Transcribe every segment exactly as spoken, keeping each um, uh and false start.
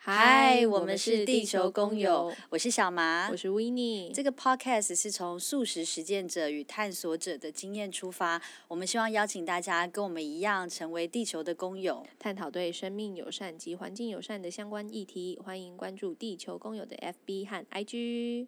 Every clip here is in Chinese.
嗨，我们是地球公友，我是小麻， 我是 Winnie。 这个 podcast 是从素食实践者与探索者的经验出发，我们希望邀请大家跟我们一样，成为地球的公友， 探讨对生命友善及环境友善的相关议题。欢迎关注地球公友的 F B 和 I G。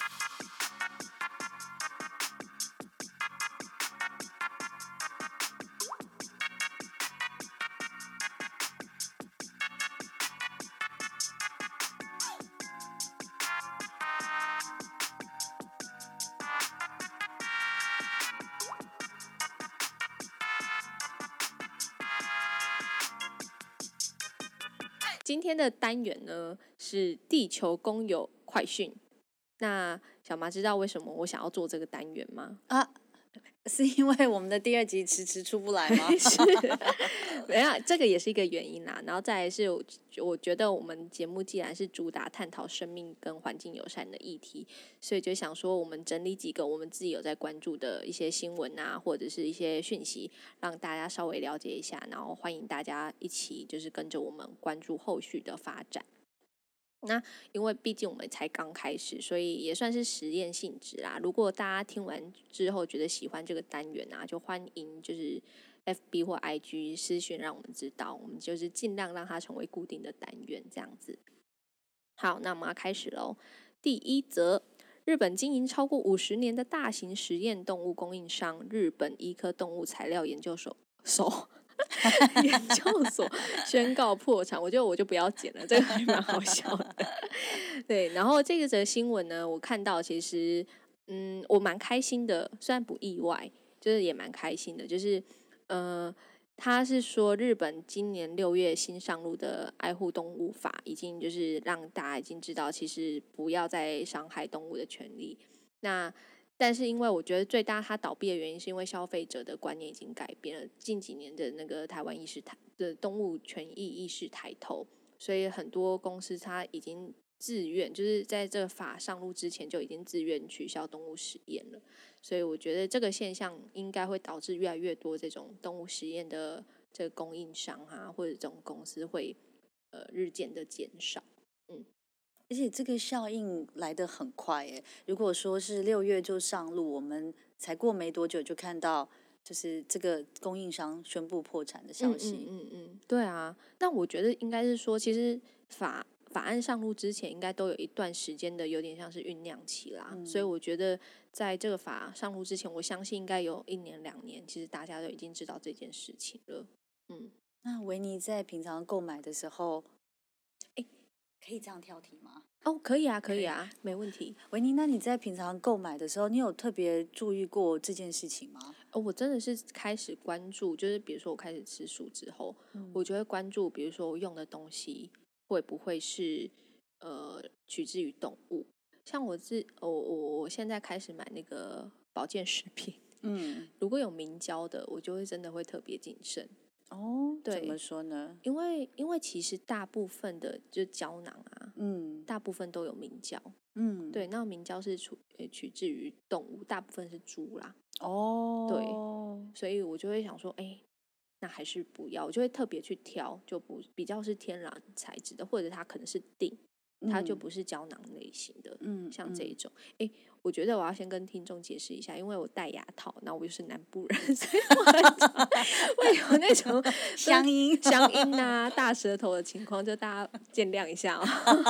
今天的单元呢是地球公友快讯。那小麻知道为什么我想要做这个单元吗？ 啊，是因为我们的第二集迟迟出不来吗？ 是，没有，这个也是一个原因啦。然后再来是我，我觉得我们节目既然是主打探讨生命跟环境友善的议题，所以就想说我们整理几个我们自己有在关注的一些新闻啊，或者是一些讯息，让大家稍微了解一下，然后欢迎大家一起就是跟着我们关注后续的发展。那因为毕竟我们才刚开始，所以也算是实验性质啦。如果大家听完之后觉得喜欢这个单元啊，就欢迎就是 F B 或 I G 私讯让我们知道，我们就是尽量让它成为固定的单元这样子。好，那我们要开始咯。第一则，日本经营超过五十年的大型实验动物供应商日本医科动物材料研究所所研究所宣告破产。我觉得我就不要剪了，这个还蛮好笑的。对，然后这个则新闻呢，我看到其实嗯，我蛮开心的，虽然不意外，就是也蛮开心的，就是呃。他是说，日本今年六月新上路的爱护动物法，已经就是让大家已经知道，其实不要再伤害动物的权利。那但是因为我觉得最大它倒闭的原因，是因为消费者的观念已经改变了，近几年的那个台湾意识抬的动物权益意识抬头，所以很多公司它已经自愿，就是在这个法上路之前就已经自愿取消动物实验了。所以我觉得这个现象应该会导致越来越多这种动物实验的这个供应商啊，或者这种公司会呃日渐的减少。嗯， 而且这个效应来得很快耶。如果说是六月就上路，我们才过没多久就看到，就是这个供应商宣布破产的消息。 嗯嗯嗯嗯，对啊。但我觉得应该是说，其实法。法案上路之前，应该都有一段时间的，有点像是酝酿期啦。嗯、所以我觉得，在这个法上路之前，我相信应该有一年两年，其实大家都已经知道这件事情了。嗯， 那维尼在平常购买的时候，哎，可以这样跳题吗？ 哦，可以啊，可以啊，没问题。 维尼，那你在平常购买的时候，你有特别注意过这件事情吗？ 哦，我真的是开始关注，就是比如说我开始吃素之后，嗯、我就会关注，比如说我用的东西。会不会是呃取自于动物？像我自我我我现在开始买那个保健食品，嗯，如果有明胶的，我就会真的会特别谨慎。 哦，对，怎么说呢？ 因为因为其实大部分的就胶囊啊，嗯，大部分都有明胶，嗯，对，那明胶是取取自于动物，大部分是猪啦。哦，对，所以我就会想说，哎、欸。那还是不要，我就会特别去挑，就不比较是天然材质的，或者它可能是锭，它就不是胶囊类型的，嗯，像这一种。哎、嗯，我觉得我要先跟听众解释一下，因为我戴牙套，那我又是南部人，所以我会有那种乡音、 乡音啊、大舌头的情况，就大家见谅一下哦。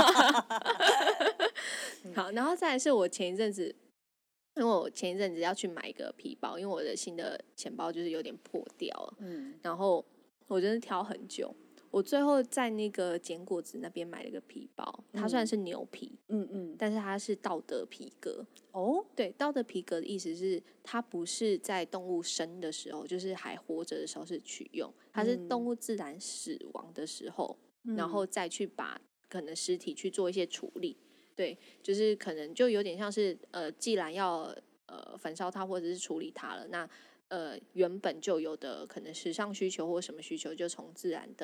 好，然后再来是我前一阵子。因为我前一阵子要去买一个皮包，因为我的新的钱包就是有点破掉了，嗯，然后我真的挑很久，我最后在那个捡果子那边买了一个皮包，它虽然是牛皮，嗯嗯，但是它是道德皮革。哦，对，道德皮革的意思是它不是在动物生的时候，就是还活着的时候是取用，它是动物自然死亡的时候，嗯、然后再去把可能尸体去做一些处理。对，就是可能就有点像是呃，既然要呃焚烧它或者是处理它了，那呃原本就有的可能时尚需求或什么需求，就从自然的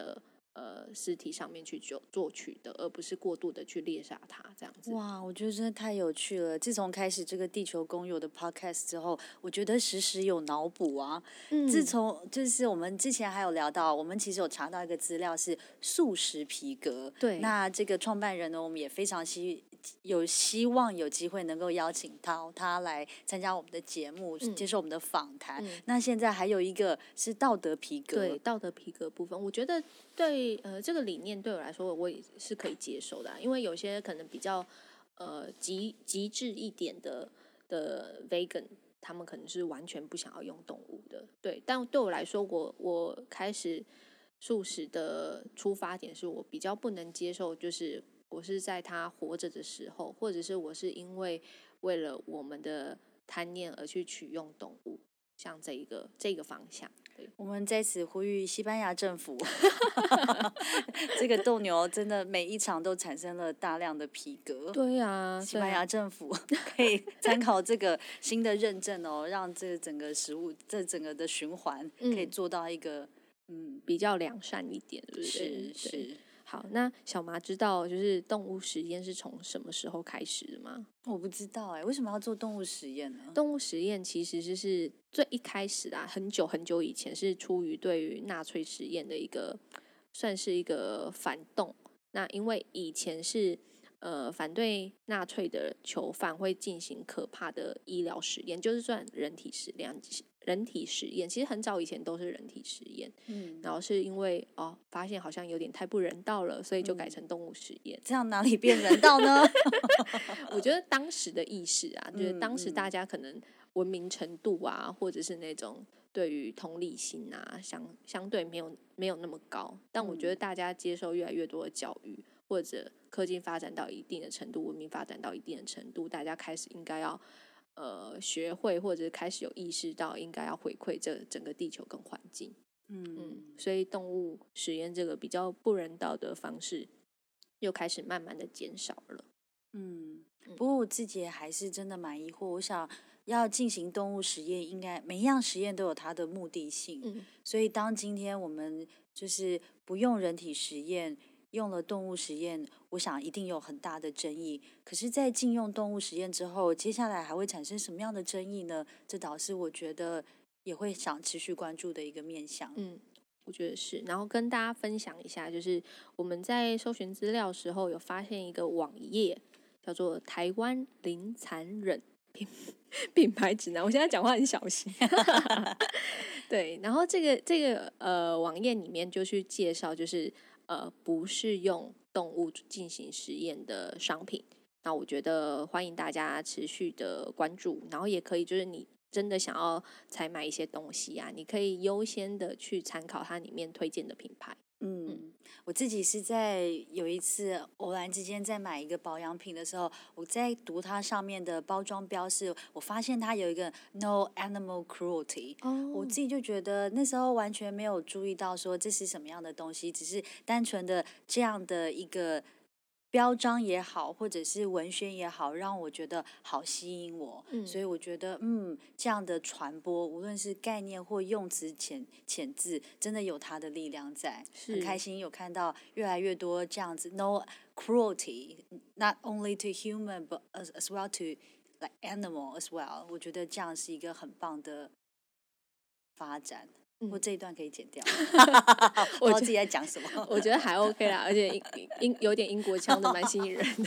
呃尸体上面去做做取得，而不是过度的去猎杀它这样子。 哇，我觉得真的太有趣了！自从开始这个地球公有的 podcast 之后，我觉得时时有脑补啊。自嗯， 从就是我们之前还有聊到，我们其实有查到一个资料是素食皮革。 对， 那这个创办人呢，我们也非常希有希望有机会能够邀请到他来参加我们的节目， 嗯接受我们的访谈。 嗯那现在还有一个是道德皮革。 对道德皮革部分，我觉得对呃这个理念对我来说，我也是可以接受的啊、因为有些可能比较呃极极致一点的的 vegan，他们可能是完全不想要用动物的，对。但对我来说，我我开始素食的出发点是我比较不能接受，就是我是在他活着的时候，或者是我是因为为了我们的贪念而去取用动物，像这一个这个方向。对， 我们在此呼吁西班牙政府，这个斗牛真的每一场都产生了大量的皮革。 对啊， 西班对啊牙政府可以参考这个新的认证哦，让这整个食物这整个的循环可以嗯做到一个嗯比较良善一点，对不对？ 是对。 是。 好，那小麻知道就是动物实验是从什么时候开始的吗？ 我不知道哎，为什么要做动物实验呢？ 动物实验其实就是最一开始啊，很久很久以前是出于对于纳粹实验的一个算是一个反动。那因为以前是呃反对纳粹的囚犯会进行可怕的医疗实验，就是算人体实验。人体实验其实很早以前都是人体实验， 嗯， 然后是因为哦发现好像有点太不人道了，所以就改嗯成动物实验。 这样哪里变人道呢？ 我觉得当时的意识啊，就是嗯当时嗯大家可能文明程度啊，或者是那种对于同理心啊，相相对没有没有那么高。但我觉得嗯大家接受越来越多的教育，或者科技发展到一定的程度，文明发展到一定的程度，大家开始应该要呃学会，或者是开始有意识到应该要回馈这整个地球跟环境。嗯， 嗯所以动物实验这个比较不人道的方式，又开始慢慢的减少了。 嗯，不过我自己也还是真的蛮疑惑。我想要进行动物实验，应该每一样实验都有它的目的性。 嗯所以当今天我们就是不用人体实验，用了动物实验，我想一定有很大的争议。可是，在禁用动物实验之后，接下来还会产生什么样的争议呢？这倒是我觉得也会想持续关注的一个面向。 嗯，我觉得是。然后跟大家分享一下，就是我们在搜寻资料的时候有发现一个网页，叫做台湾零残忍品品牌指南。我现在讲话很小心。对，然后这个这个呃网页里面就去介绍，就是呃不是用动物进行实验的商品。那我觉得欢迎大家持续的关注，然后也可以就是你真的想要采买一些东西啊，你可以优先的去参考它里面推荐的品牌。 嗯，我自己是在有一次偶然之间在买一个保养品的时候，我在读它上面的包装标示，我发现它有一个 no animal cruelty。我哦自己就觉得那时候完全没有注意到说这是什么样的东西，只是单纯的这样的一个标章也好，或者是文宣也好，让我觉得好吸引我。 嗯所以我觉得，嗯，这样的传播，无论是概念或用词遣遣字，真的有它的力量在。很是开心有看到越来越多这样子 no cruelty not only to human but as as well to like animal as well。我觉得这样是一个很棒的发展。我嗯这一段可以剪掉， 我觉我自己在讲什么。 我觉得还 OK 啦，而且英英有点英国腔的，蛮吸引人的。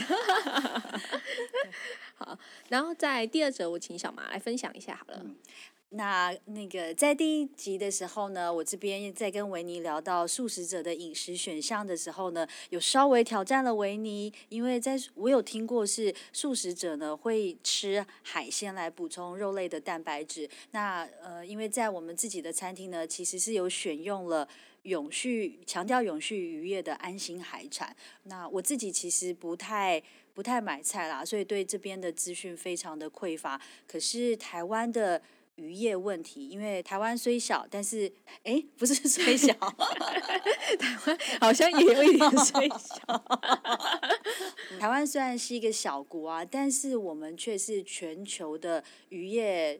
好，然后在第二则，我请小麻来分享一下好了。 那那个在第一集的时候呢，我这边在跟维尼聊到素食者的饮食选项的时候呢，有稍微挑战了维尼，因为在我有听过是素食者呢会吃海鲜来补充肉类的蛋白质。那呃，因为在我们自己的餐厅呢，其实是有选用了永续强调永续渔业的安心海产。那我自己其实不太不太买菜啦，所以对这边的资讯非常的匮乏。可是台湾的渔业问题，因为台湾虽小，但是哎，不是虽小， 台湾好像也有一点虽小。 台湾虽然是一个小国啊，但是我们却是全球的渔业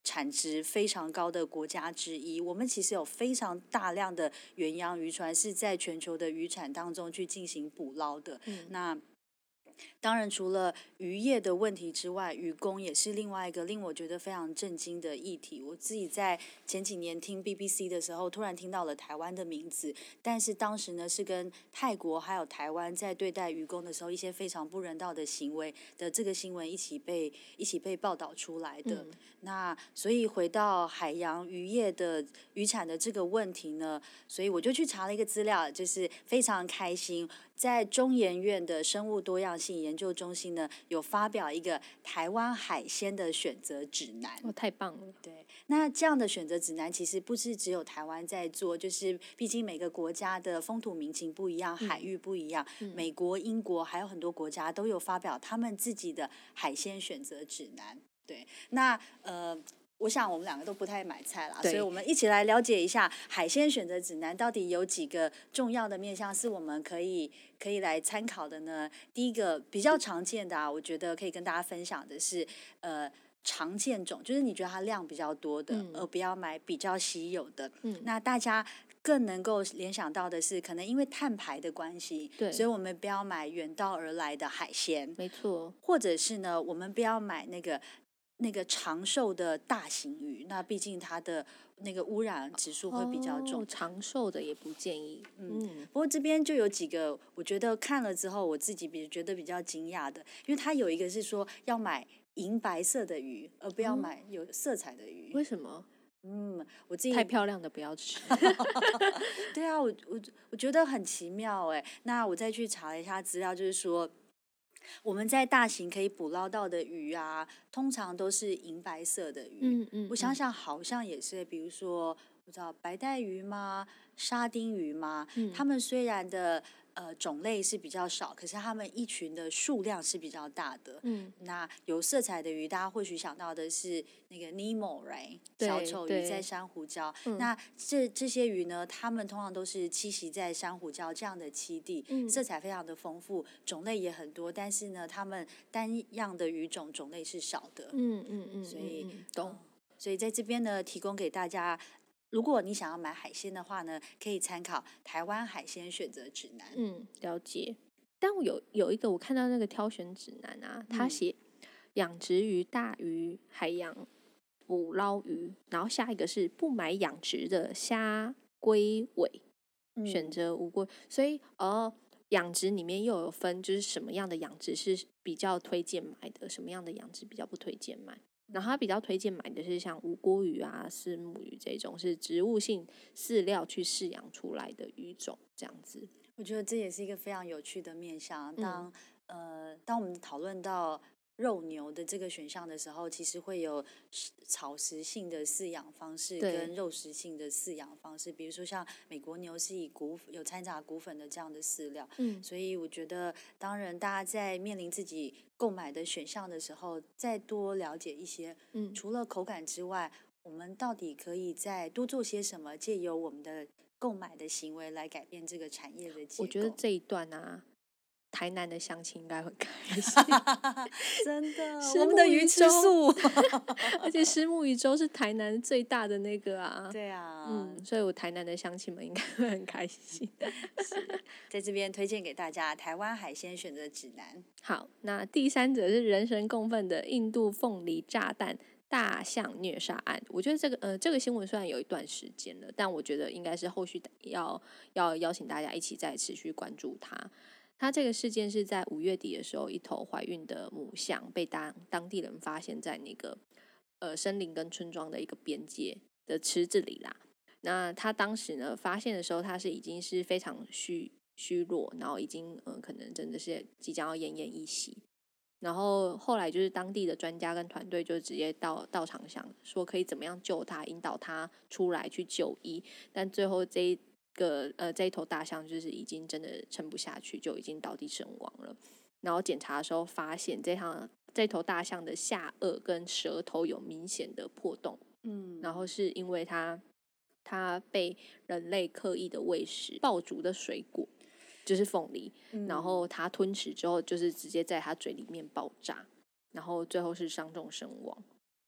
产值非常高的国家之一，我们其实有非常大量的远洋渔船是在全球的渔产当中去进行捕捞的。 嗯、 那当然，除了渔业的问题之外，渔工也是另外一个令我觉得非常震惊的议题。我自己在前几年听 B B C 的时候，突然听到了台湾的名字，但是当时呢是跟泰国还有台湾在对待渔工的时候一些非常不人道的行为的这个新闻一起被一起被报道出来的。嗯、那所以回到海洋渔业的渔产的这个问题呢，所以我就去查了一个资料，就是非常开心。在中研院的生物多样性研究中心呢，有发表一个台湾海鲜的选择指南。 哦，太棒了！ 对，那这样的选择指南其实不是只有台湾在做，就是毕竟每个国家的风土民情不一样，海域不一样，嗯、美国、英国还有很多国家都有发表他们自己的海鲜选择指南。对，那呃。我想我们两个都不太买菜啦，所以我们一起来了解一下海鲜选择指南到底有几个重要的面向是我们可以可以来参考的呢？第一个比较常见的啊，我觉得可以跟大家分享的是，呃，常见种，就是你觉得它量比较多的，嗯、而不要买比较稀有的。嗯、那大家更能够联想到的是，可能因为碳排的关系， 对， 所以我们不要买远道而来的海鲜， 没错， 或者是呢，我们不要买那个。那个长寿的大型鱼，那毕竟它的那个污染指数会比较重， 哦、长寿的也不建议。嗯，嗯不过这边就有几个，我觉得看了之后，我自己比觉得比较惊讶的，因为它有一个是说要买银白色的鱼，而不要买有色彩的鱼。 嗯、为什么？ 嗯，我自己太漂亮的不要吃。 对啊，我我我觉得很奇妙哎。那我再去查了一下资料，就是说。我们在大型可以捕捞到的鱼啊，通常都是银白色的鱼。嗯嗯，我想想，好像也是，比如说，我知道白带鱼吗？沙丁鱼吗？嗯，它们虽然的呃种类是比较少，可是它们一群的数量是比较大的。嗯，那有色彩的鱼，大家或许想到的是那个 Nemo，right？ 小丑鱼在珊瑚礁。嗯、那这这些鱼呢，它们通常都是栖息在珊瑚礁这样的栖地，嗯、色彩非常的丰富，种类也很多，但是呢，它们单样的鱼种种类是少的。嗯嗯嗯，所以、嗯、懂、呃。所以在这边呢，提供给大家。如果你想要买海鲜的话呢，可以参考台湾海鲜选择指南。 嗯，了解。但我有有一个我看到那个挑选指南啊，它写养殖鱼、大鱼、海洋捕捞鱼，然后下一个是不买养殖的虾、龟尾，嗯、选择无龟。所以哦，养殖里面又有分，就是什么样的养殖是比较推荐买的，什么样的养殖比较不推荐买。然后他比较推荐买的是像无锅鱼啊、虱目鱼这种是植物性饲料去饲养出来的鱼种，这样子。 我觉得这也是一个非常有趣的面向。当、嗯、呃，当我们讨论到肉牛的这个选项的时候，其实会有草食性的饲养方式跟肉食性的饲养方式。比如说像美国牛是以骨有掺杂骨粉的这样的饲料，嗯，所以我觉得，当然大家在面临自己购买的选项的时候，再多了解一些，嗯，除了口感之外，我们到底可以再多做些什么，借由我们的购买的行为来改变这个产业的结构。 我觉得这一段啊，台南的乡亲应该很开心。 真的，我们的鱼吃素， 而且虱目鱼粥是台南最大的那个啊。 对啊， 嗯，所以我台南的乡亲们应该会很开心。 是，在这边推荐给大家台湾海鲜选择指南。 好，那第三者是人神共愤的印度凤梨炸弹大象虐杀案。我觉得这个呃这个新闻虽然有一段时间了，但我觉得应该是后续要要邀请大家一起再持续关注它。它这个事件是在五月底的时候，一头怀孕的母象被当当地人发现在那个呃森林跟村庄的一个边界的池子里啦。那他当时呢发现的时候，他是已经是非常虚虚弱，然后已经呃可能真的是即将要奄奄一息。然后后来就是当地的专家跟团队就直接到到场想说可以怎么样救他，引导他出来去就医，但最后这一个呃这一头大象就是已经真的撑不下去，就已经倒地身亡了。然后检查的时候发现这趟这头大象的下颚跟舌头有明显的破洞，嗯，然后是因为它它被人类刻意的喂食爆竹的水果。就是凤梨，嗯、然后它吞食之后，就是直接在它嘴里面爆炸，然后最后是伤重身亡。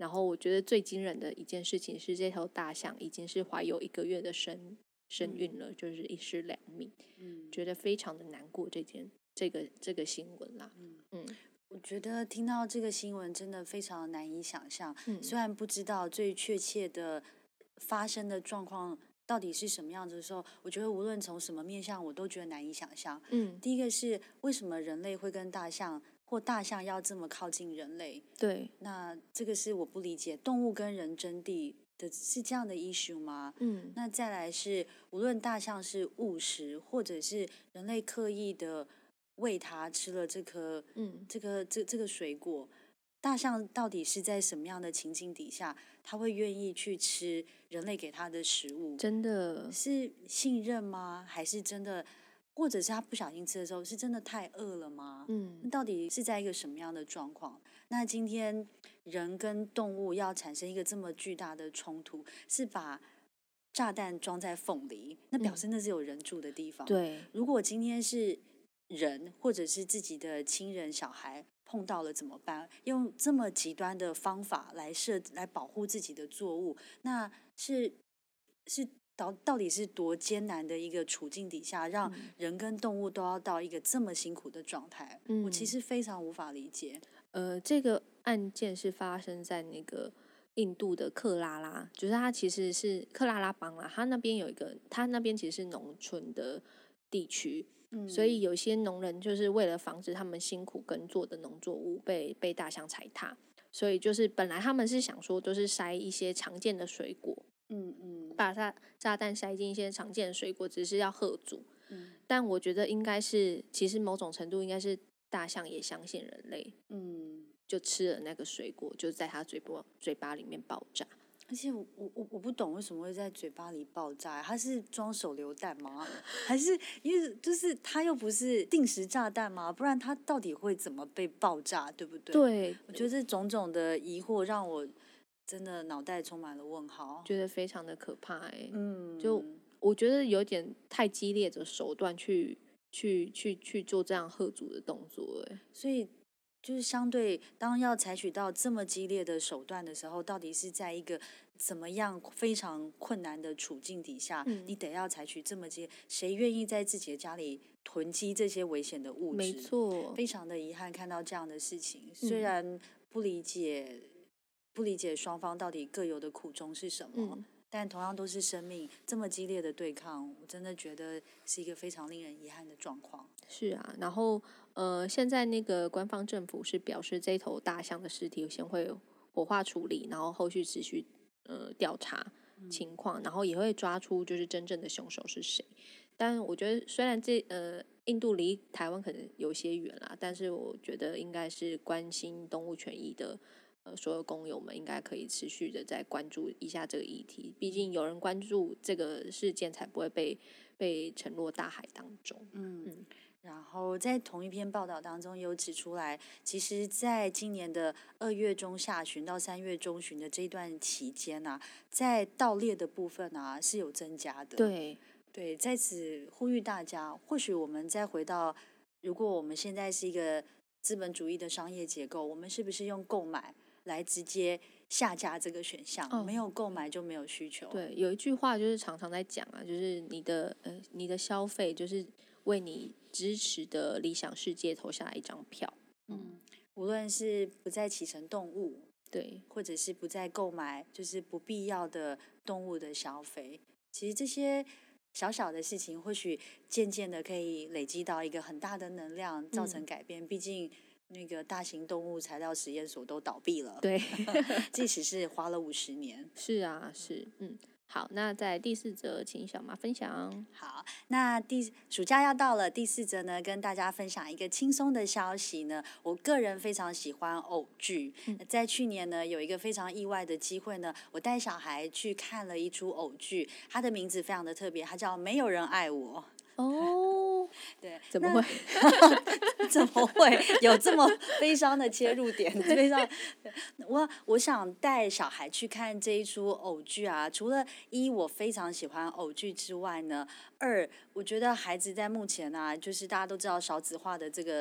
然后我觉得最惊人的一件事情是，这头大象已经是怀有一个月的身身孕了，就是一尸两命， 嗯， 觉得非常的难过这件这个这个新闻啦。 嗯嗯我觉得听到这个新闻真的非常难以想象， 嗯虽然不知道最确切的发生的状况到底是什么样子的时候，我觉得无论从什么面向，我都觉得难以想象。 嗯， 第一个是为什么人类会跟大象或大象要这么靠近人类？ 对， 那这个是我不理解，动物跟人争地的是这样的 issue 吗？ 嗯那再来是，无论大象是误食，或者是人类刻意的喂它吃了这颗嗯， 这个这这个水果，大象到底是在什么样的情境底下，它会愿意去吃人类给它的食物？ 真的， 是信任吗？还是真的，或者是他不小心吃的时候，是真的太饿了吗？那嗯到底是在一个什么样的状况？那今天人跟动物要产生一个这么巨大的冲突，是把炸弹装在凤梨，那表示那是有人住的地方。 对， 如果今天是人或者是自己的亲人小孩碰到了怎么办？用这么极端的方法来设来保护自己的作物，那是是到到底是多艰难的一个处境底下，让人跟动物都要到一个这么辛苦的状态？ 嗯我其实非常无法理解。 呃，这个案件是发生在那个印度的克拉拉，就是它其实是克拉拉邦啦，它那边有一个，它那边其实是农村的地区， 嗯， 所以有些农人就是为了防止他们辛苦耕作的农作物被被大象踩踏，所以就是本来他们是想说，都是塞一些常见的水果， 嗯嗯把炸炸弹塞进一些常见的水果，只是要吓阻。 嗯但我觉得应该是，其实某种程度应该是大象也相信人类， 嗯， 就吃了那个水果，就在它嘴巴嘴巴里面爆炸。 而且我我我我不懂为什么会在嘴巴里爆炸，它是装手榴弹吗？还是因为就是它又不是定时炸弹吗？不然它到底会怎么被爆炸，对不对？ 对， 我觉得这种种的疑惑让我真的脑袋充满了问号。 觉得非常的可怕哎、欸。 嗯， 就我觉得有点太激烈的手段去去去去做这样吓阻的动作哎、欸。 所以就是相对当要采取到这么激烈的手段的时候，到底是在一个怎么样非常困难的处境底下， 嗯你得要采取这么激，谁愿意在自己的家里囤积这些危险的物质？ 没错， 非常的遗憾看到这样的事情。 嗯虽然不理解，不理解双方到底各有的苦衷是什么。 嗯但同样都是生命，这么激烈的对抗，我真的觉得是一个非常令人遗憾的状况。 是啊，然后呃，现在那个官方政府是表示，这头大象的尸体先会火化处理，然后后续持续呃调查情况，然后也会抓出就是真正的凶手是谁。但我觉得，虽然这呃印度离台湾可能有些远啦，但是我觉得应该是关心动物权益的。呃，所有工友们应该可以持续的在关注一下这个议题，毕竟有人关注这个事件，才不会被被沉落大海当中。 嗯，嗯然后在同一篇报道当中有指出来，其实在今年的二月中下旬到三月中旬的这一段期间啊，在盗猎的部分啊是有增加的。 对， 对，在此呼吁大家，或许我们再回到，如果我们现在是一个资本主义的商业结构，我们是不是用购买来直接下架这个选项？ 哦没有购买就没有需求。 对，有一句话就是常常在讲啊，就是你的呃你的消费就是为你支持的理想世界投下一张票。 嗯，无论是不再启程动物， 对， 或者是不再购买就是不必要的动物的消费，其实这些小小的事情，或许渐渐的可以累积到一个很大的能量，造成改变。毕竟那个大型动物材料实验所都倒闭了， 对， 即使是花了五十年。 是啊，是，嗯，好，那在第四则，请小马分享。 好，那第暑假要到了，第四则呢，跟大家分享一个轻松的消息呢。我个人非常喜欢偶剧， 嗯在去年呢，有一个非常意外的机会呢，我带小孩去看了一出偶剧，它的名字非常的特别，它叫《没有人爱我》。 哦， 对， 怎么会？ 怎么会有这么悲伤的切入点？悲伤，我我想带小孩去看这一出偶剧啊，除了一我非常喜欢偶剧之外呢，二我觉得孩子在目前啊，就是大家都知道少子化的这个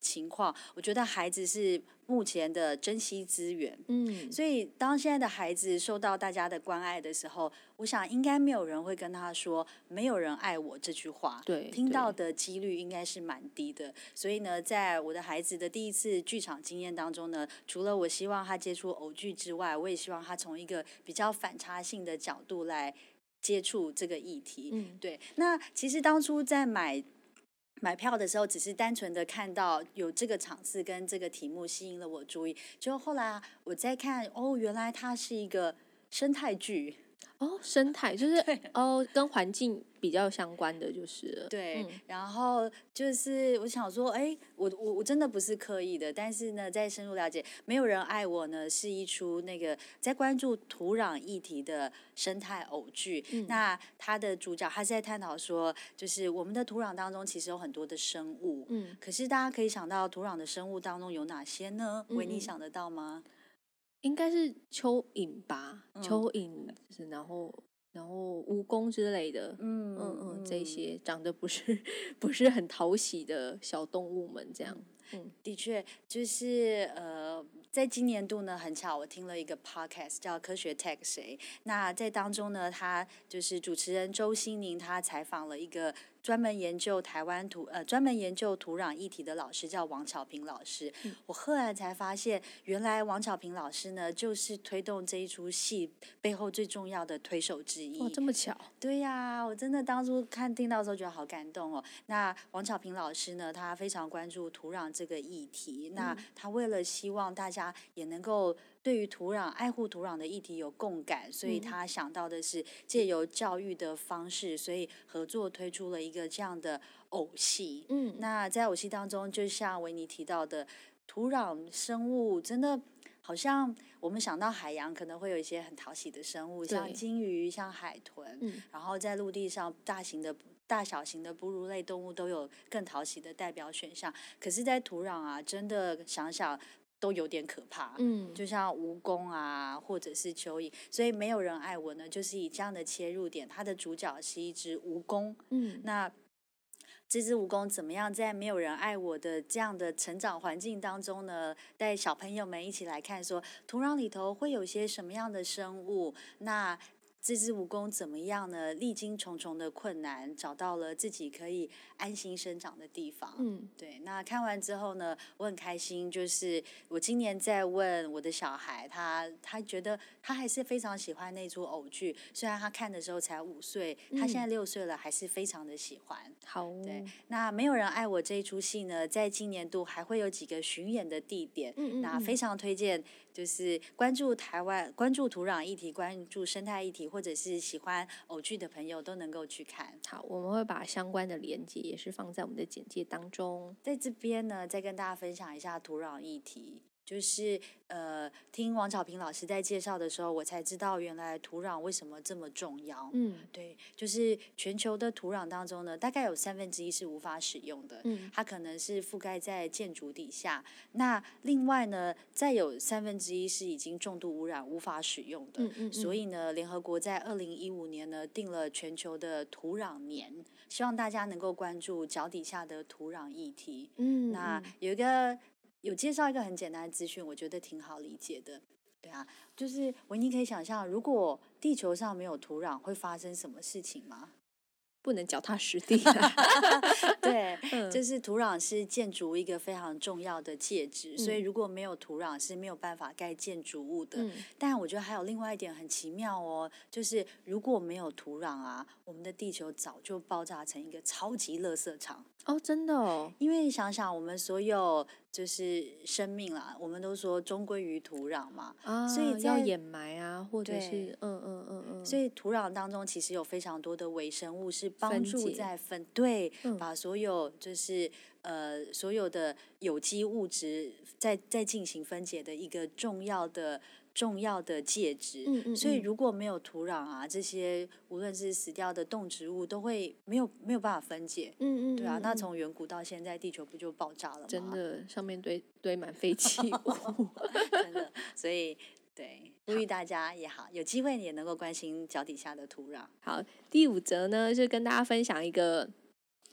情况，我觉得孩子是目前的珍惜资源。 嗯， 所以当现在的孩子受到大家的关爱的时候，我想应该没有人会跟他说没有人爱我这句话， 对， 听到的几率应该是蛮低的。所以呢，在我的孩子的第一次剧场经验当中呢，除了我希望他接触偶剧之外，我也希望他从一个比较反差性的角度来接触这个议题。 嗯， 对。那其实当初在买买票的时候，只是单纯的看到有这个场次跟这个题目吸引了我注意，就后来我再看，哦，原来它是一个生态剧。 哦，生态就是哦，跟环境比较相关的就是了。 对， 嗯， 然后就是我想说，哎，我我我真的不是刻意的，但是呢，在深入了解，没有人爱我呢，是一出那个在关注土壤议题的生态偶剧。 嗯， 那它的主角他是在探讨说，就是我们的土壤当中其实有很多的生物， 嗯， 可是大家可以想到土壤的生物当中有哪些呢？ 嗯维尼想得到吗？ 应该是蚯蚓吧， 嗯蚯蚓，然后然后蜈蚣之类的， 嗯嗯嗯， 嗯这些长得不是不是很讨喜的小动物们，这样，嗯的确，就是呃，在今年度呢，很巧，我听了一个 podcast 叫《科学 Tech 谁》，那在当中呢，他就是主持人周欣宁，他采访了一个专门研究台湾土呃专门研究土壤议题的老师，叫王巧平老师。 嗯我赫然才发现，原来王巧平老师呢，就是推动这一出戏背后最重要的推手之一。 哇，这么巧， 对呀、我真的当初看听到的时候觉得好感动哦。那王巧平老师呢，他非常关注土壤这个议题。那他为了希望大家也能够对于土壤、爱护土壤的议题有共感，所以他想到的是借由教育的方式，所以合作推出了一个这样的偶戏。 嗯， 那在偶戏当中，就像维尼提到的，土壤生物真的好像我们想到海洋可能会有一些很讨喜的生物，像对鲸鱼、像海豚， 嗯然后在陆地上大型的。大小型的哺乳类动物都有更讨喜的代表选项，可是，在土壤啊，真的想想都有点可怕。 嗯， 就像蜈蚣啊，或者是蚯蚓，所以没有人爱我呢，就是以这样的切入点，它的主角是一只蜈蚣。 嗯， 那这只蜈蚣怎么样在没有人爱我的这样的成长环境当中呢，带小朋友们一起来看说土壤里头会有些什么样的生物，那这只蜈蚣怎么样呢？历经重重的困难，找到了自己可以安心生长的地方。 嗯， 对。那看完之后呢，我很开心，就是我今年在问我的小孩，他他觉得他还是非常喜欢那出偶剧，虽然他看的时候才五岁，他现在六岁了，还是非常的喜欢。 好哦， 对，那没有人爱我这一出戏呢，在今年度还会有几个巡演的地点， 嗯嗯嗯那非常推荐，就是关注台湾、关注土壤议题、关注生态议题，或者是喜欢偶剧的朋友都能够去看。 好，我们会把相关的连接也是放在我们的简介当中。 在这边呢，再跟大家分享一下土壤议题。就是呃，听王巧平老师在介绍的时候，我才知道原来土壤为什么这么重要。 嗯对，就是全球的土壤当中呢，大概有三分之一是无法使用的， 嗯它可能是覆盖在建筑底下。那另外呢，再有三分之一是已经重度污染无法使用的。 嗯嗯嗯所以呢，联合国在二零一五年呢定了全球的土壤年，希望大家能够关注脚底下的土壤议题。 嗯， 那嗯有一个有介绍一个很简单的资讯，我觉得挺好理解的。对啊，就是维尼可以想象，如果地球上没有土壤，会发生什么事情吗？ 不能脚踏实地啊。 对， 嗯就是土壤是建筑一个非常重要的介质，所以嗯如果没有土壤是没有办法盖建筑物的。 嗯但我觉得还有另外一点很奇妙哦，就是如果没有土壤啊，我们的地球早就爆炸成一个超级垃圾场。 哦，真的哦， 因为想想我们所有就是生命啦，我们都说终归于土壤嘛， 啊， 所以在要掩埋啊，或者对是嗯嗯嗯嗯， 所以土壤当中其实有非常多的微生物是帮助分解在分对， 嗯把所有就是呃所有的有机物质在在进行分解的一个重要的重要的介质。 嗯嗯所以嗯如果没有土壤啊，这些无论是死掉的动植物都会没有没有办法分解。 嗯嗯， 对啊， 嗯嗯那从远古到现在，地球不就爆炸了吗？ 真的上面堆堆满废弃物。 真的，所以对，呼吁大家也好，有机会也能够关心脚底下的土壤。 好，第五则呢是跟大家分享一个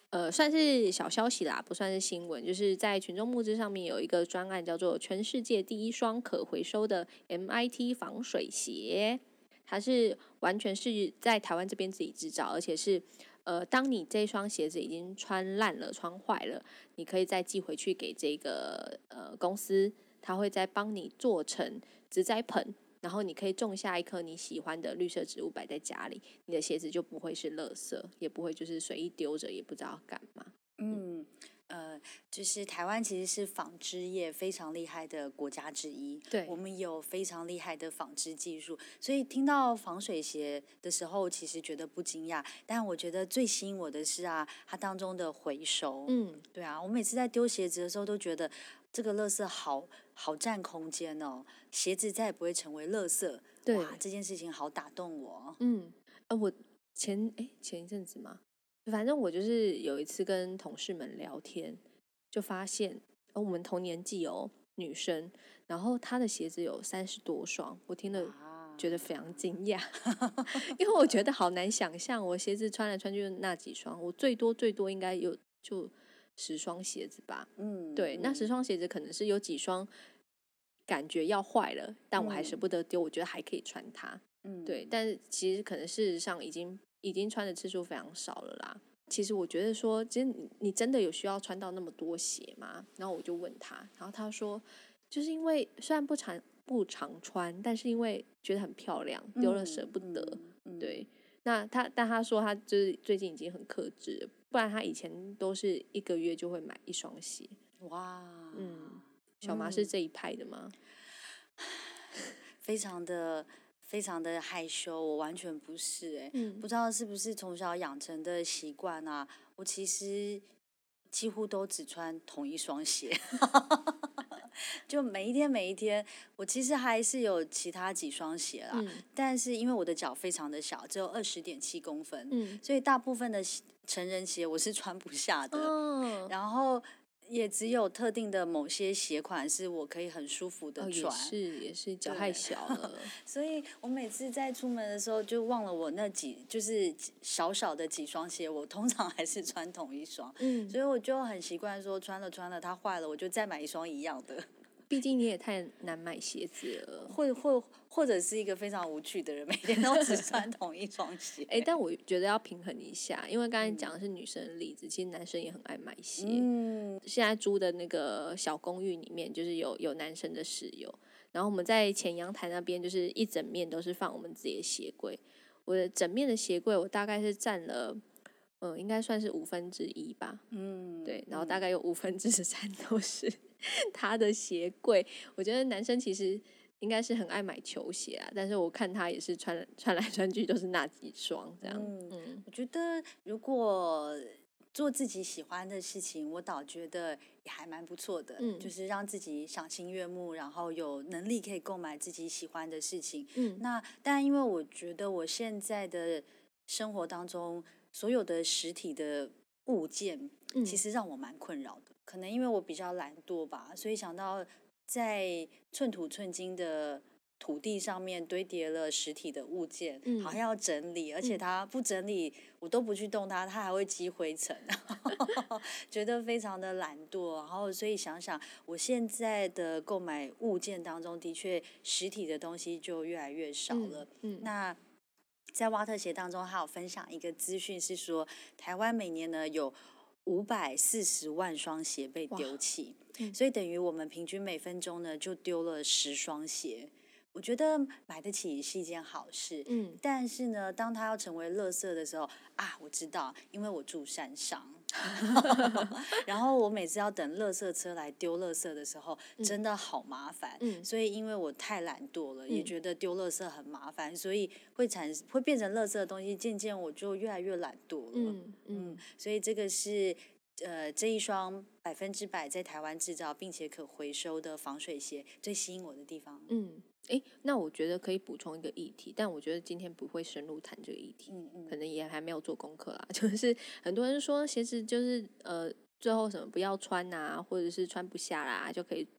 呃，算是小消息啦，不算是新闻。就是在群众募资上面有一个专案，叫做全世界第一双可回收的 M I T 防水鞋，它是完全是在台湾这边自己制造，而且是呃，当你这双鞋子已经穿烂了、穿坏了，你可以再寄回去给这个呃公司，他会再帮你做成植栽盆。然后你可以种下一棵你喜欢的绿色植物摆在家里，你的鞋子就不会是垃圾，也不会就是随意丢着，也不知道要干嘛。 嗯，呃，就是台湾其实是纺织业非常厉害的国家之一， 对， 我们有非常厉害的纺织技术，所以听到防水鞋的时候，其实觉得不惊讶。但我觉得最吸引我的是啊，它当中的回收。 嗯， 对啊，我每次在丢鞋子的时候都觉得这个垃圾好好占空间哦，鞋子再也不会成为垃圾。 对， 哇，这件事情好打动我。 嗯，呃，我前哎前一阵子嘛，反正我就是有一次跟同事们聊天，就发现，哦，我们同年纪哦，女生，然后她的鞋子有三十多双，我听了觉得非常惊讶，因为我觉得好难想象，我鞋子穿来穿去就那几双，我最多最多应该有就十双鞋子吧。 嗯， 对，那十双鞋子可能是有几双感觉要坏了，但我还舍不得丢，我觉得还可以穿它。 嗯， 对，但是其实可能事实上已经已经穿的次数非常少了啦。其实我觉得说，其实你你真的有需要穿到那么多鞋吗？然后我就问他，然后他说，就是因为虽然不常不常穿，但是因为觉得很漂亮，丢了舍不得。 嗯嗯、 对，那他但他说他就是最近已经很克制了，不然他以前都是一个月就会买一双鞋。 哇， 嗯，小麻是这一派的吗？ 嗯、非常的。非常的害羞，我完全不是哎、欸嗯，不知道是不是从小养成的习惯啊？我其实几乎都只穿同一双鞋，就每一天每一天，我其实还是有其他几双鞋啦，嗯、但是因为我的脚非常的小，只有二十点七公分，嗯，所以大部分的成人鞋我是穿不下的，哦、然后。也只有特定的某些鞋款是我可以很舒服的穿， 哦、也是也是脚太小了， 所以我每次在出门的时候就忘了我那几就是小小的几双鞋，我通常还是穿同一双，嗯，所以我就很习惯说穿了穿了它坏了，我就再买一双一样的。 毕竟你也太难买鞋子了， 或或或者是一个非常无趣的人，每天都只穿同一双鞋。 哎、欸，但我觉得要平衡一下，因为刚才讲的是女生的例子，嗯、其实男生也很爱买鞋。嗯，现在租的那个小公寓里面，就是有有男生的室友，然后我们在前阳台那边，就是一整面都是放我们自己的鞋柜。我的整面的鞋柜，我大概是占了。嗯，应该算是五分之一吧。嗯，对，然后大概有五分之三都是他的鞋柜。我觉得男生其实应该是很爱买球鞋啊，但是我看他也是穿穿来穿去都是那几双这样。嗯， 嗯我觉得如果做自己喜欢的事情，我倒觉得也还蛮不错的。嗯，就是让自己赏心悦目，然后有能力可以购买自己喜欢的事情。嗯，那但因为我觉得我现在的生活当中。所有的实体的物件，其实让我蛮困扰的。嗯、可能因为我比较懒惰吧，所以想到在寸土寸金的土地上面堆叠了实体的物件，嗯、好像要整理，而且它不整理，嗯、我都不去动它，它还会积灰尘，觉得非常的懒惰。然后，所以想想我现在的购买物件当中，的确实体的东西就越来越少了。嗯，嗯那。在挖特鞋当中，还有分享一个资讯是说，台湾每年呢有五百四十万双鞋被丢弃，嗯、所以等于我们平均每分钟呢就丢了十双鞋。我觉得买得起是一件好事，嗯，但是呢，当它要成为垃圾的时候啊，我知道，因为我住山上。然后我每次要等垃圾车来丢垃圾的时候，嗯、真的好麻烦。嗯、所以因为我太懒惰了，嗯、也觉得丢垃圾很麻烦，所以会产会变成垃圾的东西，渐渐我就越来越懒惰了。嗯 嗯, 嗯，所以这个是呃这一双百分之百在台湾制造并且可回收的防水鞋最吸引我的地方。 嗯。哎，那我觉得可以补充一个议题，但我觉得今天不会深入谈这个议题，嗯嗯、可能也还没有做功课啦。就是很多人说鞋子就是呃最后什么不要穿啊，或者是穿不下啦，就可以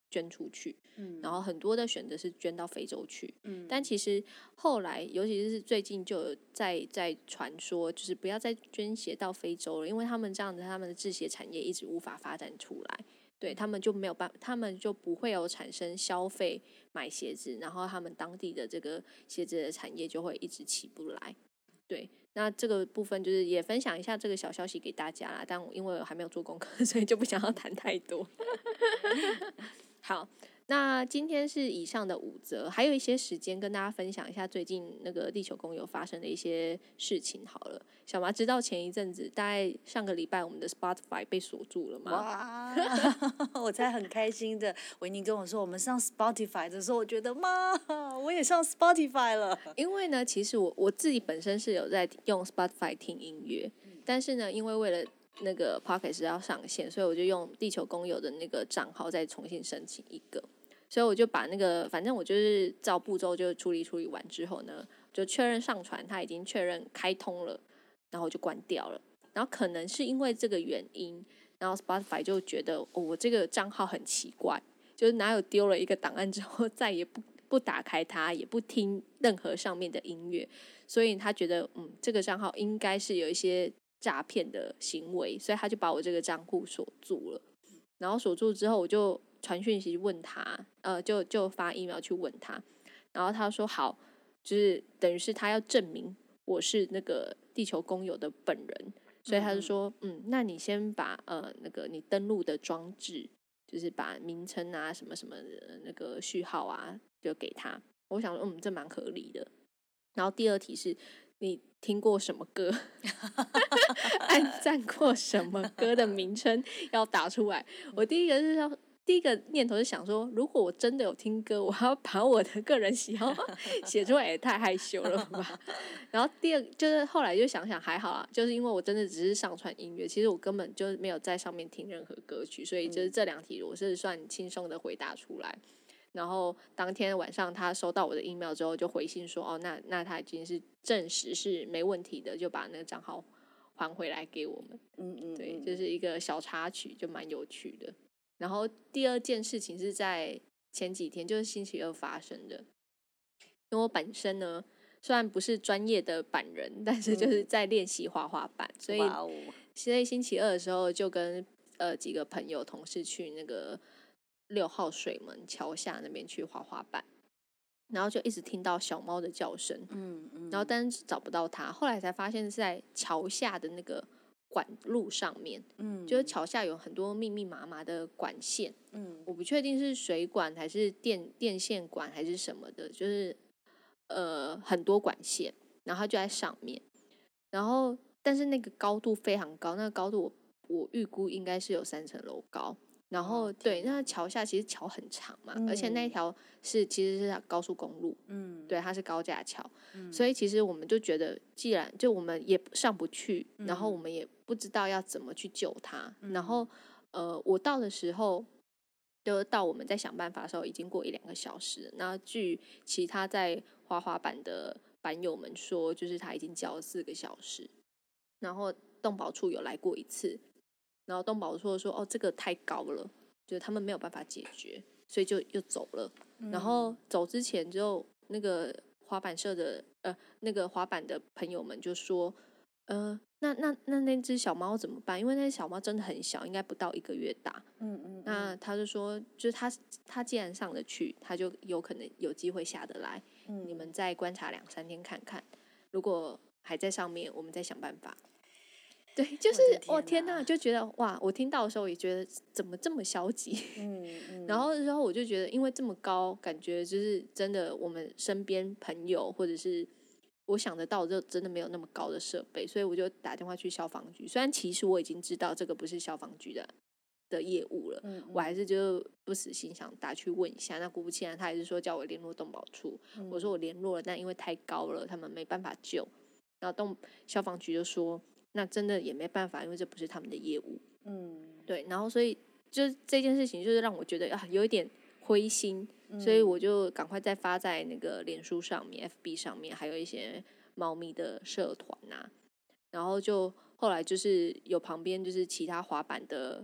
捐出去， 嗯， 然后很多的选择是捐到非洲去， 嗯， 但其实后来，尤其是最近就有在在传说，就是不要再捐鞋到非洲了，因为他们这样子，他们的制鞋产业一直无法发展出来，对他们就没有办法，他们就不会有产生消费买鞋子，然后他们当地的这个鞋子的产业就会一直起不来。对，那这个部分就是也分享一下这个小消息给大家啦，但因为我还没有做功课，所以就不想要谈太多。好，那今天是以上的五则，还有一些时间跟大家分享一下最近那个地球公有发生的一些事情。好了，小麻知道前一阵子大概上个礼拜我们的 Spotify 被锁住了吗？ 哇，我才很开心的。维尼跟我说我们上 Spotify 的时候，我觉得妈，我也上 Spotify 了。 因为呢，其实我我自己本身是有在用 Spotify 听音乐，但是呢，因为为了那个 Podcast 要上线，所以我就用地球公有的那个账号再重新申请一个，所以我就把那个反正我就是照步骤就处理处理完之后呢，就确认上传，它已经确认开通了，然后我就关掉了。然后可能是因为这个原因，然后 Spotify 就觉得、哦、我这个账号很奇怪，就是哪有丢了一个档案之后再也不不打开它，也不听任何上面的音乐，所以他觉得嗯这个账号应该是有一些诈骗的行为，所以他就把我这个账户锁住了。然后锁住之后，我就传讯息问他，呃，就就发 email 去问他，然后他说好，就是等于是他要证明我是那个地球公有的本人，所以他就说，嗯, 嗯，那你先把呃那个你登录的装置，就是把名称啊什么什么的那个序号啊就给他。我想说，嗯，这蛮合理的。然后第二题是你听过什么歌按赞过什么歌的名称要打出来。我第一个是要第一个念头是想说，如果我真的有听歌，我还要把我的个人喜好写出来，也太害羞了吧。然后第二就是后来就想想还好啦，就是因为我真的只是上传音乐，其实我根本就没有在上面听任何歌曲，所以就是这两题我是算轻松的回答出来。然后当天晚上他收到我的 email 之后，就回信说，哦，那那他已经是证实是没问题的，就把那个账号还回来给我们。 嗯嗯， 对，就是一个小插曲，就蛮有趣的。然后第二件事情是在前几天，就是星期二发生的。因为我本身呢，虽然不是专业的板人，但是就是在练习滑滑板，嗯、所以所以星期二的时候就跟呃几个朋友同事去那个六号水门桥下那边去滑滑板，然后就一直听到小猫的叫声， 嗯嗯， 然后但是找不到它，后来才发现是在桥下的那个管路上面，嗯，就是桥下有很多密密麻麻的管线，嗯，我不确定是水管还是电电线管还是什么的，就是呃很多管线，然后它就在上面，然后但是那个高度非常高，那个高度我我预估应该是有三层楼高。然后、哦、对，那桥下其实桥很长嘛，嗯、而且那一条是其实是高速公路，嗯，对，它是高架桥，嗯，所以其实我们就觉得，既然就我们也上不去，嗯、然后我们也不知道要怎么去救它，嗯、然后呃，我到的时候，就到我们在想办法的时候，已经过一两个小时了。那据其他在滑滑板的板友们说，就是他已经叫了四个小时，然后动保处有来过一次。然后动保处说哦这个太高了，就是他们没有办法解决，所以就又走了、嗯、然后走之前就那个滑板社的呃那个滑板的朋友们就说呃那那那那只小猫怎么办，因为那只小猫真的很小，应该不到一个月大，嗯嗯嗯，那他就说就是他他既然上得去，他就有可能有机会下得来、嗯、你们再观察两三天看看，如果还在上面我们再想办法。对，就是我天哪，就觉得哇！我听到的时候也觉得怎么这么消极，嗯嗯，然后之后我就觉得，因为这么高，感觉就是真的，我们身边朋友或者是我想得到，就真的没有那么高的设备，所以我就打电话去消防局。虽然其实我已经知道这个不是消防局的的业务了，嗯嗯，我还是就不死心想打去问一下。那果不其然，他还是说叫我联络动保处，嗯、我说我联络了，但因为太高了，他们没办法救。然后动消防局就说。那真的也没办法，因为这不是他们的业务。嗯，对，然后所以就这件事情就是让我觉得啊有一点灰心，嗯、所以我就赶快再发在那个脸书上面、F B 上面，还有一些猫咪的社团啊。然后就后来就是有旁边就是其他滑板的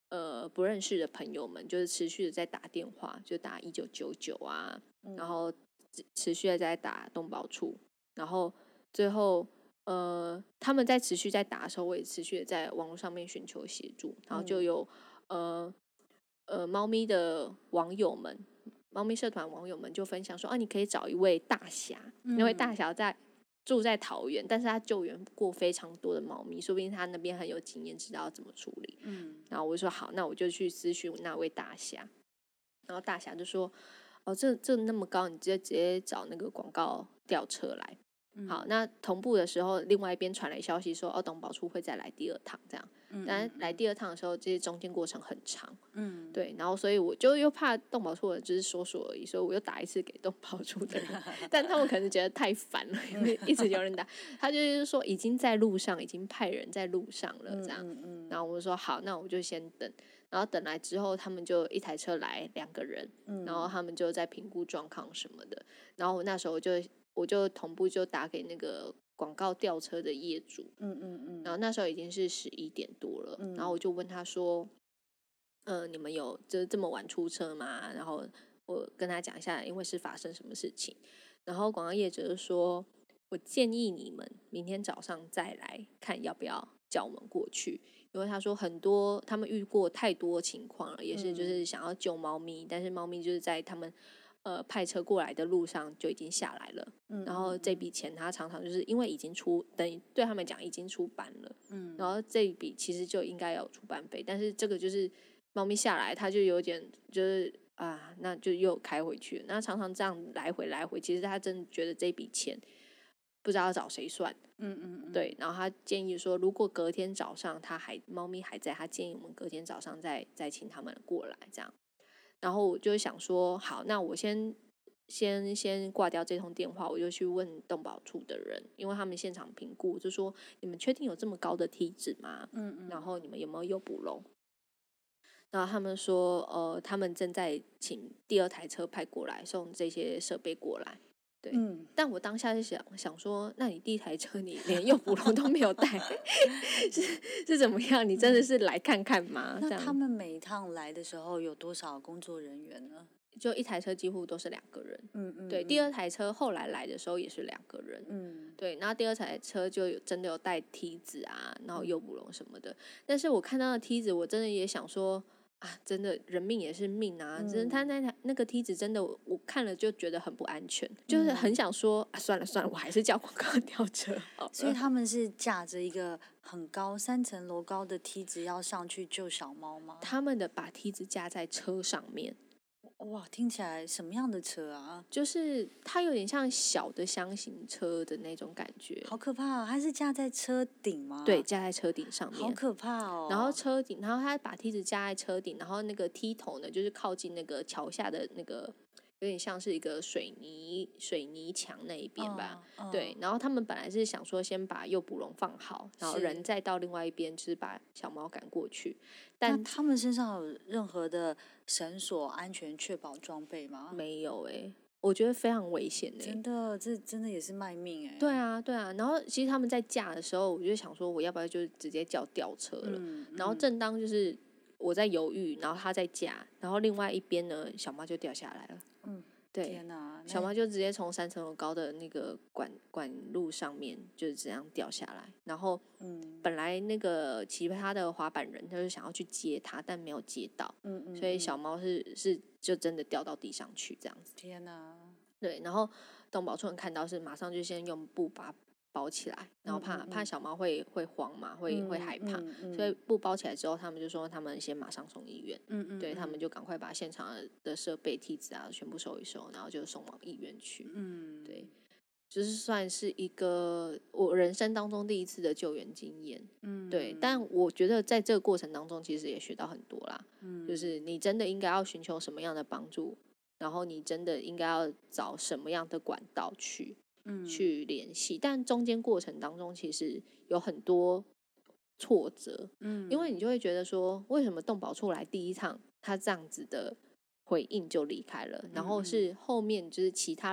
呃不认识的朋友们，就是持续的在打电话，就打一九九九啊， 嗯然后持续的在打动保处，然后最后呃他们在持续在打的时候，我也持续的在网络上面寻求协助，然后就有、呃呃猫咪的网友们。猫咪社团网友们就分享说啊，你可以找一位大侠，那位大侠在住在桃园，但是他救援过非常多的猫咪，说不定他那边很有经验，知道怎么处理。 嗯， 然后我就说好，那我就去私讯那位大侠。然后大侠就说，哦，这这那么高，你直接直接找那个广告吊车来。好，那同步的时候，另外一边传来消息说，哦，动保处会再来第二趟这样。但来第二趟的时候，这些中间过程很长，嗯，对，然后所以我就又怕动保处的只是说说而已，所以我又打一次给动保处的人，但他们可能觉得太烦了，因为一直有人打，他就是说已经在路上，已经派人在路上了这样，嗯嗯、然后我就说好，那我就先等，然后等来之后，他们就一台车来两个人，嗯、然后他们就在评估状况什么的，然后那时候我就我就同步就打给那个广告吊车的业主，嗯嗯嗯，然后那时候已经是十一点多了，嗯、然后我就问他说，呃，你们有就这么晚出车吗？然后我跟他讲一下，因为是发生什么事情，然后广告业者就说，我建议你们明天早上再来看要不要叫我们过去，因为他说很多他们遇过太多情况了，也是就是想要救猫咪，嗯、但是猫咪就是在他们。呃，派车过来的路上就已经下来了，嗯、然后这笔钱他常常就是因为已经出，等于对他们讲已经出版了，嗯、然后这一笔其实就应该有出版费，但是这个就是猫咪下来，他就有点就是啊，那就又开回去了，那常常这样来回来回，其实他真的觉得这笔钱不知道要找谁算，嗯嗯嗯，对，然后他建议说，如果隔天早上他还猫咪还在，他建议我们隔天早上再再请他们过来这样。然后我就想说，好，那我先先先挂掉这通电话，我就去问动保处的人，因为他们现场评估，就说你们确定有这么高的体脂吗？嗯嗯。然后你们有没有诱捕笼？然后他们说，呃，他们正在请第二台车派过来，送这些设备过来。对，嗯、但我当下就想想说，那你第一台车你连诱捕笼都没有带，是是怎么样？你真的是来看看吗？ 嗯、那他们每一趟来的时候有多少工作人员呢？ 就一台车几乎都是两个人，嗯嗯，对，第二台车后来来的时候也是两个人，嗯，对，然后第二台车就有真的有带梯子啊，然后诱捕笼什么的，但是我看到的梯子，我真的也想说。啊，真的人命也是命啊！真、嗯、的，他那台那个梯子真的我，我看了就觉得很不安全，嗯、就是很想说啊，算了算了，我还是叫广告吊车好了。 所以他们是架着一个很高三层楼高的梯子要上去救小猫吗？ 他们的把梯子架在车上面。 哇，听起来什么样的车啊？ 就是它有点像小的箱型车的那种感觉， 好可怕哦！它是架在车顶吗？ 对，架在车顶上面， 好可怕哦。 然后车顶，然后它把梯子架在车顶，然后那个梯头呢，就是靠近那个桥下的那个，有点像是一个水泥水泥墙那一边吧。哦哦、对，然后他们本来是想说先把诱捕笼放好，然后人再到另外一边，就是把小猫赶过去。但他们身上有任何的绳索、安全确保装备吗？ 没有哎、欸，我觉得非常危险哎、欸。 真的，这真的也是卖命哎、欸。 对啊，对啊。然后其实他们在架的时候，我就想说，我要不要就直接叫吊车了？嗯嗯、然后正当就是我在犹豫，然后他在架，然后另外一边呢，小猫就掉下来了。嗯。对， 天哪！ 小猫就直接从三层楼高的那个管管路上面就是这样掉下来，然后，嗯，本来那个骑它的滑板人他就想要去接它，但没有接到，嗯嗯，所以小猫是是就真的掉到地上去这样子。 天哪！ 对，然后动保处人看到是马上就先用布把包起来，然后怕嗯嗯嗯怕小猫会会慌嘛，会、嗯、会害怕，嗯嗯、所以布包起来之后，他们就说他们先马上送医院，嗯嗯，对他们就赶快把现场的设备、梯子啊全部收一收，然后就送往医院去，嗯，对，就是算是一个我人生当中第一次的救援经验，嗯，对，但我觉得在这个过程当中，其实也学到很多啦，嗯，就是你真的应该要寻求什么样的帮助，然后你真的应该要找什么样的管道去。嗯、去联系，但中间过程当中其实有很多挫折，嗯，因为你就会觉得说，为什么动保处来第一趟他这样子的回应就离开了，嗯、然后是后面就是其他人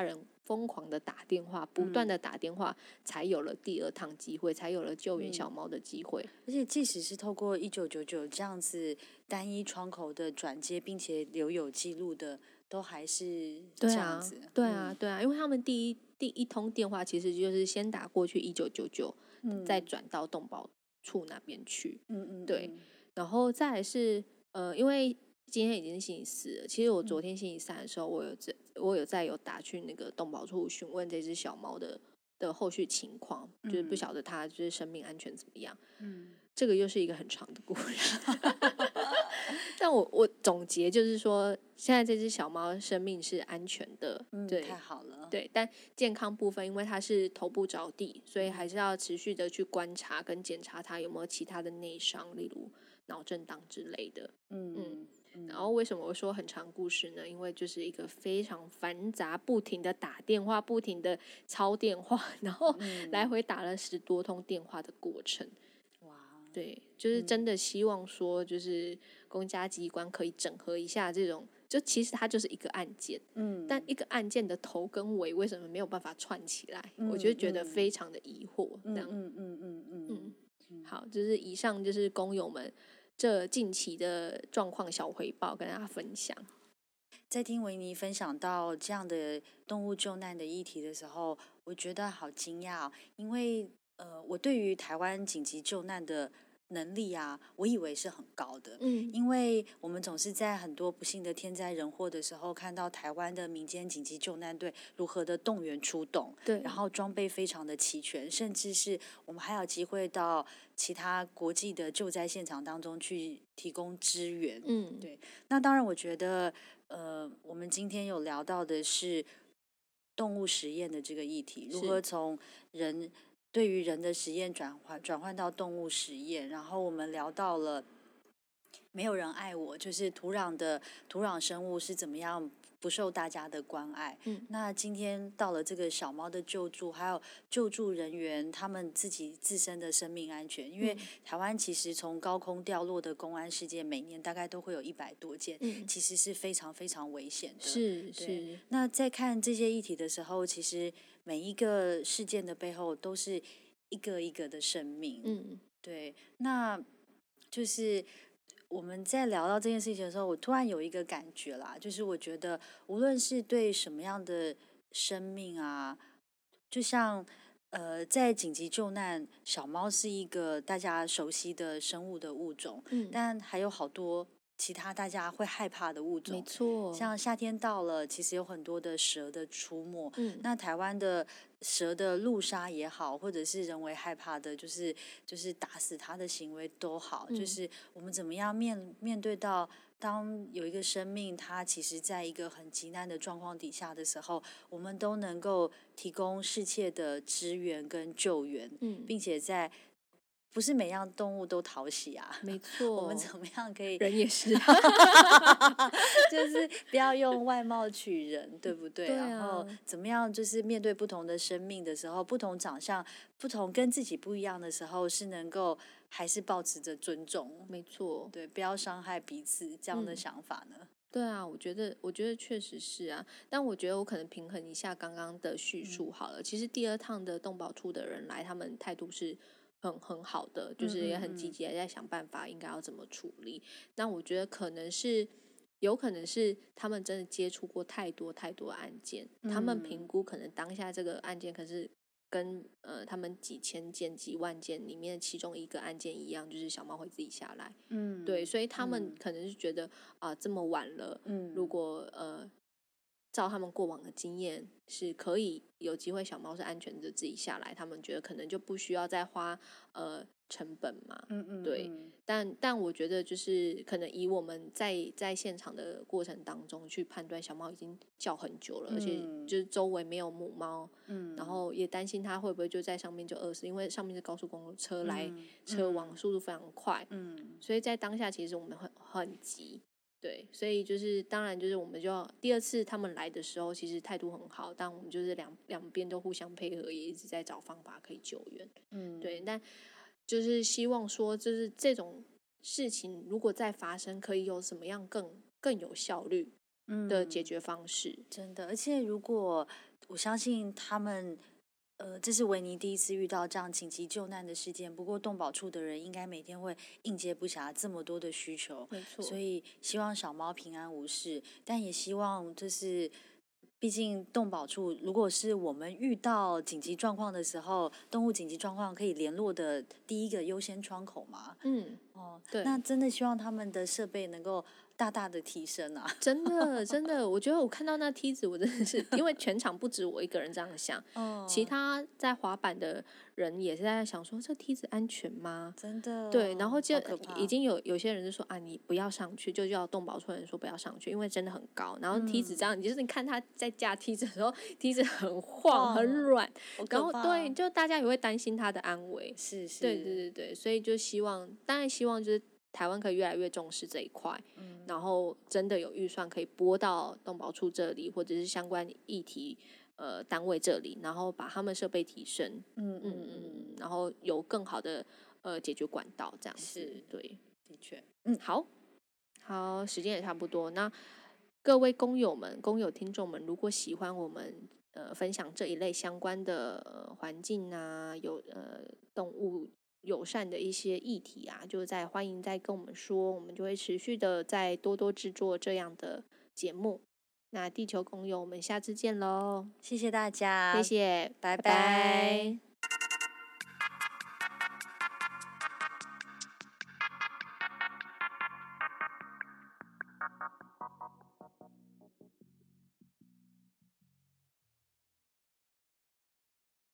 疯狂的打电话，不断的打电话，才有了第二趟机会，才有了救援小猫的机会。 而且即使是透过一九九九这样子单一窗口的转接，并且留有记录的，都还是这样子。 对啊，对啊，对啊，因为他们第一第一通电话其实就是先打过去一九九九，再转到动保处那边去。 嗯嗯， 对，然后再来是呃，因为今天已经是星期四了，其实我昨天星期三的时候，我有在我有在有打去那个动保处询问这只小猫的的后续情况，嗯、就是不晓得它就是生命安全怎么样。嗯，这个又是一个很长的故事。但我我总结就是说，现在这只小猫生命是安全的， 嗯， 对， 太好了。 对，但健康部分，因为它是头部着地，所以还是要持续的去观察跟检查它有没有其他的内伤，例如脑震荡之类的。嗯嗯，然后为什么我说很长故事呢？因为就是一个非常繁杂，不停的打电话，不停的抄电话，然后来回打了十多通电话的过程。对，就是真的希望说，就是公家机关可以整合一下这种，就其实它就是一个案件，嗯，但一个案件的头跟尾为什么没有办法串起来？嗯、我就觉得非常的疑惑，这样， 嗯嗯嗯嗯嗯，好，就是以上就是工友们这近期的状况小回报，跟大家分享。 在听维尼分享到这样的动物救难的议题的时候，我觉得好惊讶、哦，因为呃，我对于台湾紧急救难的能力啊，我以为是很高的，嗯，因为我们总是在很多不幸的天灾人祸的时候，看到台湾的民间紧急救难队如何的动员出动， 对， 然后装备非常的齐全，甚至是我们还有机会到其他国际的救灾现场当中去提供支援，嗯，对。那当然，我觉得，呃，我们今天有聊到的是动物实验的这个议题，如何从人。对于人的实验转换转换到动物实验，然后我们聊到了没有人爱我，就是土壤的土壤生物是怎么样不受大家的关爱。嗯，那今天到了这个小猫的救助，还有救助人员他们自己自身的生命安全，因为台湾其实从高空掉落的公安事件，每年大概都会有一百多件，嗯，其实是非常非常危险的。 是是。 那在看这些议题的时候，其实每一个事件的背后都是一个一个的生命。嗯，对。那就是我们在聊到这件事情的时候，我突然有一个感觉啦，就是我觉得无论是对什么样的生命啊，就像呃，在紧急救难，小猫是一个大家熟悉的生物的物种，嗯，但还有好多其他大家会害怕的物种， 没错， 像夏天到了，其实有很多的蛇的出没。嗯，那台湾的蛇的路杀也好，或者是人为害怕的，就是就是打死它的行为都好，嗯、就是我们怎么样面面对到当有一个生命，它其实在一个很急难的状况底下的时候，我们都能够提供适切的支援跟救援，嗯，并且在。不是每样动物都讨喜啊， 没错。 我们怎么样可以？ 人也是， 就是不要用外貌取人，对不对？ 对啊、 然后怎么样，就是面对不同的生命的时候，不同长相、不同跟自己不一样的时候，是能够还是保持着尊重， 没错， 对，不要伤害彼此这样的想法呢？ 嗯、对啊，我觉得，我觉得确实是啊，但我觉得我可能平衡一下刚刚的叙述好了。嗯、其实第二趟的动保处的人来，他们态度是。很很好的，就是也很积极的在想办法，应该要怎么处理。那我觉得可能是，有可能是他们真的接触过太多太多案件，嗯、他们评估可能当下这个案件可是跟呃他们几千件几万件里面其中一个案件一样，就是小猫会自己下来。嗯，对，所以他们可能是觉得啊、呃、这么晚了，嗯，如果呃。照他们过往的经验，是可以有机会小猫是安全的自己下来，他们觉得可能就不需要再花呃成本嘛。嗯嗯，对。但但我觉得就是可能以我们在在现场的过程当中去判断，小猫已经叫很久了，嗯、而且就是周围没有母猫，嗯，然后也担心它会不会就在上面就饿死，因为上面是高速公路，车来、嗯、车往，速度非常快，嗯，所以在当下其实我们很很急。对，所以就是当然就是我们就要第二次他们来的时候，其实态度很好，但我们就是两两边都互相配合，也一直在找方法可以救援。嗯，对，但就是希望说，就是这种事情如果再发生，可以有什么样更更有效率的解决方式。 嗯、真的，而且如果我相信他们。呃，这是维尼第一次遇到这样紧急救难的事件。不过动保处的人应该每天会应接不暇这么多的需求， 没错。 所以希望小猫平安无事，但也希望就是，毕竟动保处如果是我们遇到紧急状况的时候，动物紧急状况可以联络的第一个优先窗口嘛。 嗯， 哦， 对。 那真的希望他们的设备能够大大的提升啊！ 真的真的，我觉得我看到那梯子，我真的是因为全场不止我一个人这样想， 哦， 其他在滑板的人也是在想说，这梯子安全吗？ 真的， 对，然后就好可怕已经有有些人就说啊，你不要上去，就叫动保处的人说不要上去，因为真的很高。然后梯子这样，你就是你看他在架梯子的时候，梯子很晃很软，然后对，就大家也会担心他的安危。 是是， 对对对对，所以就希望，当然希望就是台湾可以越来越重视这一块， 嗯， 然后真的有预算可以拨到动保处这里，或者是相关议题呃单位这里，然后把他们设备提升， 嗯嗯嗯嗯，然后有更好的呃解决管道，这样子， 是对， 的确， 嗯，好，好，时间也差不多，那各位工友们、工友听众们，如果喜欢我们呃分享这一类相关的呃环境啊，有呃动物友善的一些议题啊，就在欢迎再跟我们说，我们就会持续的再多多制作这样的节目。那地球工友，我们下次见喽！ 谢谢大家， 谢谢， 拜拜拜。